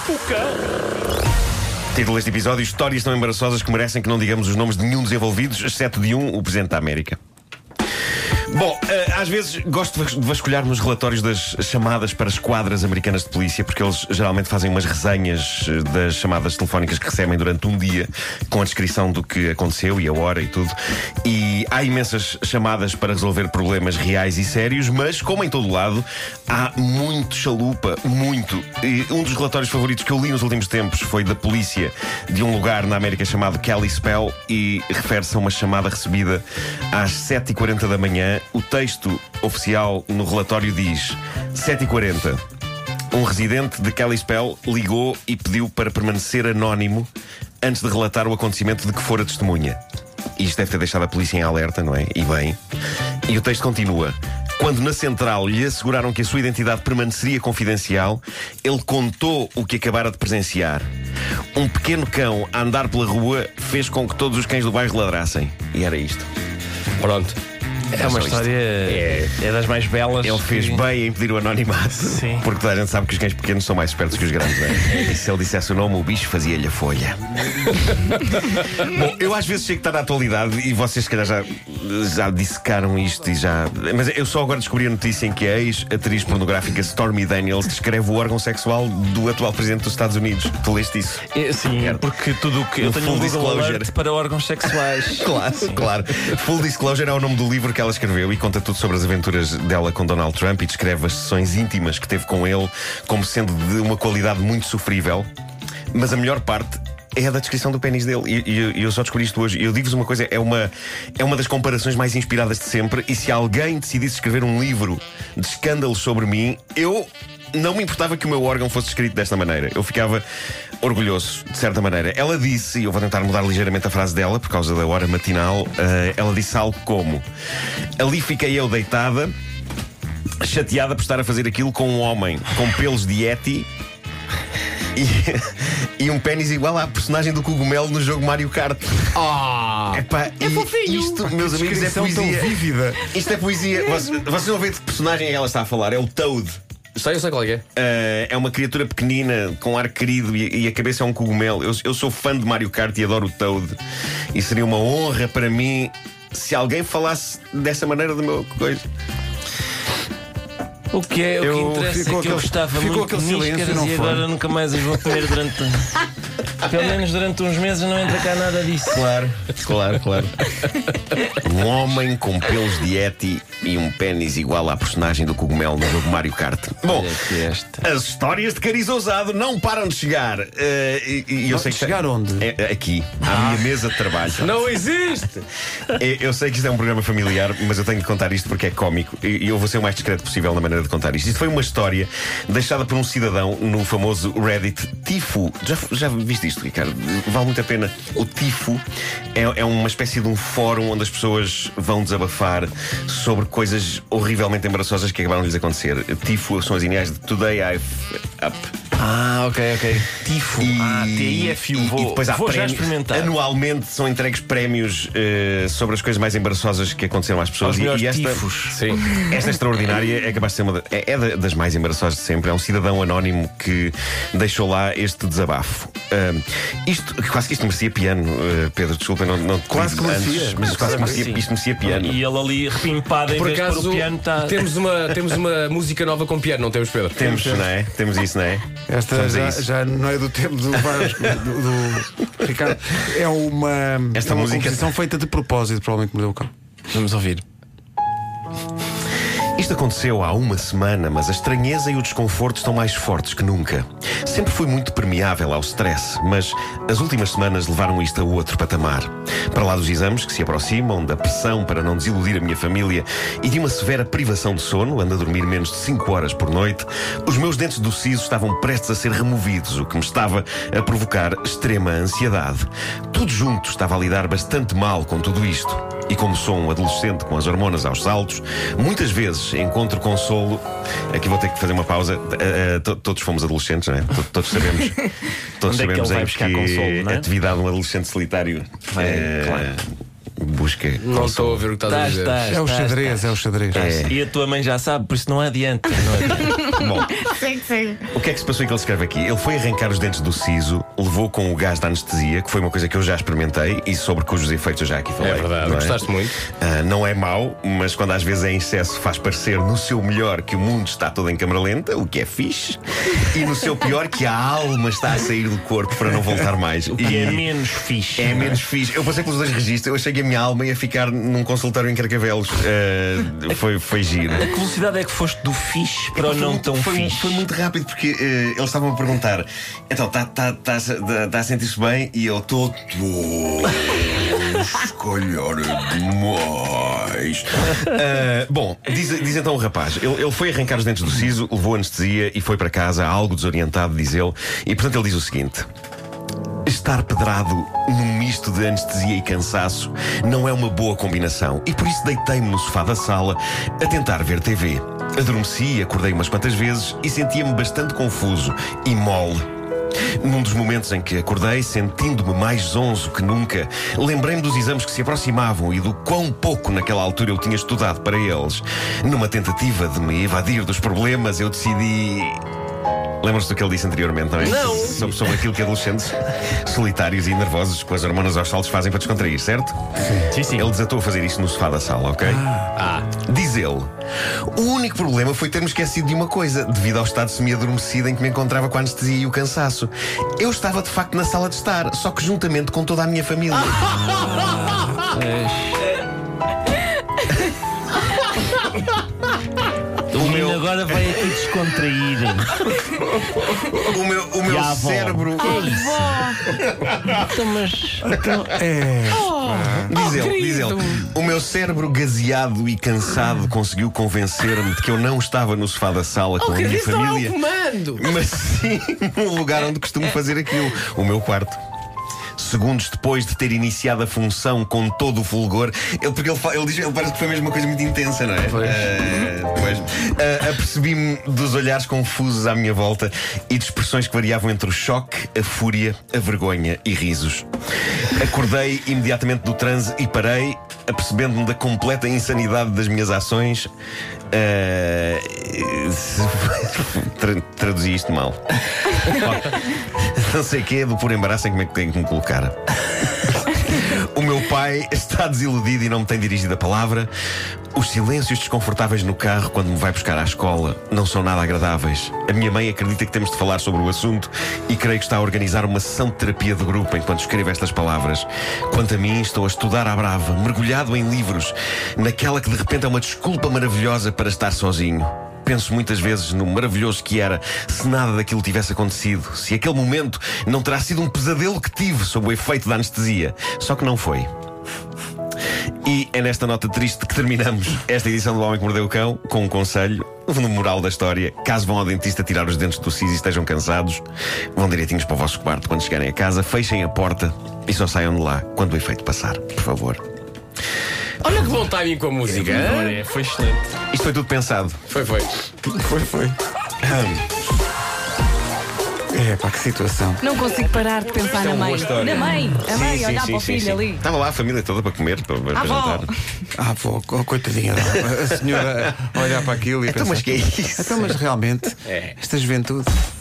O cão. Título deste episódio: histórias tão embaraçosas que merecem que não digamos os nomes de nenhum dos envolvidos, exceto de um, o Presidente da América. Bom, às vezes gosto de vasculhar nos relatórios das chamadas para esquadras americanas de polícia, porque eles geralmente fazem umas resenhas das chamadas telefónicas que recebem durante um dia, com a descrição do que aconteceu e a hora e tudo. E há imensas chamadas para resolver problemas reais e sérios, mas, como em todo lado, há muito chalupa, muito. E um dos relatórios favoritos que eu li nos últimos tempos foi da polícia de um lugar na América chamado Kalispell, e refere-se a uma chamada recebida às 7h40 da manhã. O texto oficial no relatório diz: 7h40. Um residente de Kalispell ligou e pediu para permanecer anónimo antes de relatar o acontecimento de que fora testemunha. Isto deve ter deixado a polícia em alerta, não é? E bem. E o texto continua: quando na central lhe asseguraram que a sua identidade permaneceria confidencial, ele contou o que acabara de presenciar. Um pequeno cão a andar pela rua fez com que todos os cães do bairro ladrassem. E era isto. Pronto. É uma história. É das mais belas. Ele fez bem em pedir o anonimato. Sim. Porque toda a gente sabe que os cães pequenos são mais espertos que os grandes, não é? E se ele dissesse o nome, o bicho fazia-lhe a folha. Bom, eu às vezes chego a estar na atualidade e vocês se calhar já dissecaram isto e já. Mas eu só agora descobri a notícia em que a ex-atriz pornográfica Stormy Daniels descreve o órgão sexual do atual presidente dos Estados Unidos. Tu leste isso? Sim, porque tudo o que eu tenho full um Google disclosure Alert para órgãos sexuais. Claro, claro. Full Disclosure é o nome do livro que ela escreveu e conta tudo sobre as aventuras dela com Donald Trump e descreve as sessões íntimas que teve com ele como sendo de uma qualidade muito sofrível. Mas a melhor parte é a da descrição do pênis dele. E eu só descobri isto hoje. E eu digo-vos uma coisa: é uma das comparações mais inspiradas de sempre. E se alguém decidisse escrever um livro de escândalos sobre mim, eu não me importava que o meu órgão fosse escrito desta maneira. Eu ficava orgulhoso, de certa maneira. Ela disse, e eu vou tentar mudar ligeiramente a frase dela por causa da hora matinal, ela disse algo como: ali fiquei eu deitada, chateada por estar a fazer aquilo com um homem com pelos de Yeti e um pênis igual à personagem do cogumelo no jogo Mario Kart. Epá, é fofinho. Isto, meus amigos, é poesia. Tão vívida. Isto é poesia. Vocês não veem de que personagem é que ela está a falar? É o Toad. Eu sei qual é. É uma criatura pequenina, com ar querido, e a cabeça é um cogumelo. Eu sou fã de Mario Kart e adoro o Toad. E seria uma honra para mim se alguém falasse dessa maneira do meu coisa. O que interessa é que eu gostava muito de níscaras e agora nunca mais as vou comer durante. Pelo menos durante uns meses não entra cá nada disso. Claro. Um homem com pelos de Yeti e um pênis igual à personagem do cogumelo no jogo Mario Kart. Bom, as histórias de cariz ousado não param de chegar. E eu sei que chegar onde? Aqui, à minha mesa de trabalho. Não existe! Eu sei que isto é um programa familiar, mas eu tenho de contar isto porque é cómico e eu vou ser o mais discreto possível na maneira de contar isto. Isto foi uma história deixada por um cidadão no famoso Reddit Tifo. Já viste isto, Ricardo? Vale muito a pena. O Tifo é uma espécie de um fórum onde as pessoas vão desabafar sobre coisas horrivelmente embaraçosas que acabaram de lhes acontecer. Tifo são as iniciais de Today I've Up. Ok. Tifo. TIFU. E depois há vou já prémios. experimentar. Anualmente são entregues prémios sobre as coisas mais embaraçosas que aconteceram às pessoas. E esta, Sim. Esta extraordinária é capaz de ser das mais embaraçosas de sempre. É um cidadão anónimo que deixou lá este desabafo. Quase que isto merecia piano, Pedro. Desculpa, não quase que merecia. Mas quase que isto merecia piano. E ele ali repimpado em Por vez de acaso, pôr o piano está. temos uma música nova com piano, não temos, Pedro? Temos, não é? Temos isso, não é? Esta já não é do tempo do Vasco, do Ricardo. É uma música composição feita de propósito, provavelmente mudou o cão. Vamos ouvir. Isto aconteceu há uma semana, mas a estranheza e o desconforto estão mais fortes que nunca. Sempre fui muito permeável ao stress, mas as últimas semanas levaram isto a outro patamar. Para lá dos exames que se aproximam, da pressão para não desiludir a minha família e de uma severa privação de sono, ando a dormir menos de 5 horas por noite, os meus dentes do siso estavam prestes a ser removidos, o que me estava a provocar extrema ansiedade. Tudo junto estava a lidar bastante mal com tudo isto. E como sou um adolescente com as hormonas aos saltos, muitas vezes encontro consolo. Aqui vou ter que fazer uma pausa. Todos fomos adolescentes, não é? Todos sabemos. Todos Onde é que sabemos ele vai em buscar que consolo, não é? atividade um adolescente solitário Claro. busca. Não estou a ver o que estás a dizer. É o xadrez, é o xadrez. E a tua mãe já sabe, por isso não adianta. Bom, Sim. o que é que se passou e que ele escreve aqui? Ele foi arrancar os dentes do siso, levou com o gás da anestesia, que foi uma coisa que eu já experimentei e sobre cujos efeitos eu já aqui falei. É verdade, gostaste muito. Não é mau, mas quando às vezes é em excesso faz parecer no seu melhor que o mundo está todo em câmara lenta, o que é fixe, e no seu pior que a alma está a sair do corpo para não voltar mais. O que é menos fixe. É menos fixe. Eu passei pelos dois registros, eu achei que a minha alma ia ficar num consultório em Carcavelos. Foi giro. A que velocidade é que foste do fixe para o não tão fixe? Foi muito rápido porque eles estavam a perguntar: então, está a sentir-se bem? E eu estou. Se calhar demais. Bom, diz então o rapaz: ele foi arrancar os dentes do siso, levou anestesia e foi para casa, algo desorientado, diz ele. E portanto ele diz o seguinte: estar pedrado num misto de anestesia e cansaço não é uma boa combinação. E por isso deitei-me no sofá da sala a tentar ver TV. Adormeci, acordei umas quantas vezes e sentia-me bastante confuso e mole. Num dos momentos em que acordei, sentindo-me mais zonzo que nunca, lembrei-me dos exames que se aproximavam e do quão pouco naquela altura eu tinha estudado para eles. Numa tentativa de me evadir dos problemas, eu decidi... Lembram-se do que ele disse anteriormente, não é? Não. Sobre aquilo que adolescentes solitários e nervosos com as hormonas aos saltos fazem para descontrair, certo? Sim. Ele desatou a fazer isto no sofá da sala, ok? Diz ele: o único problema foi ter-me esquecido de uma coisa, devido ao estado semi-adormecido em que me encontrava com a anestesia e o cansaço. Eu estava de facto na sala de estar, só que juntamente com toda a minha família. O menino agora vai aqui descontrair. O meu cérebro. Que é isso? Então, mas. Diz ele, o meu cérebro gaseado e cansado conseguiu convencer-me de que eu não estava no sofá da sala com a minha família, mas sim no lugar onde costumo fazer aquilo, o meu quarto. Segundos depois de ter iniciado a função com todo o fulgor, ele parece que foi mesmo uma coisa muito intensa, não é? Apercebi-me dos olhares confusos à minha volta e de expressões que variavam entre o choque, a fúria, a vergonha e risos. Acordei imediatamente do transe e parei, apercebendo-me da completa insanidade das minhas ações. Traduzi isto mal. Não sei o que é do puro embaraço em como é que tenho que me colocar. O meu pai está desiludido e não me tem dirigido a palavra. Os silêncios desconfortáveis no carro quando me vai buscar à escola não são nada agradáveis. A minha mãe acredita que temos de falar sobre o assunto e creio que está a organizar uma sessão de terapia de grupo enquanto escrevo estas palavras. Quanto a mim, estou a estudar à brava, mergulhado em livros, naquela que de repente é uma desculpa maravilhosa para estar sozinho. Penso muitas vezes no maravilhoso que era se nada daquilo tivesse acontecido, se aquele momento não terá sido um pesadelo que tive sob o efeito da anestesia. Só que não foi. E é nesta nota triste que terminamos esta edição do Homem que Mordeu o Cão, com um conselho, no moral da história: caso vão ao dentista tirar os dentes do siso e estejam cansados, vão direitinhos para o vosso quarto quando chegarem a casa, fechem a porta e só saiam de lá quando o efeito passar, por favor. Olha que bom timing com a música. Foi excelente. Isto foi tudo pensado. Foi. Pá, que situação. Não consigo parar de pensar na mãe. Na mãe, a mãe, olhar para o filho ali. Estava lá a família toda para comer, para jantar. Avó, coitadinha. A senhora olhar para aquilo e então, pensar: mas que é isso? Então, mas realmente, esta juventude.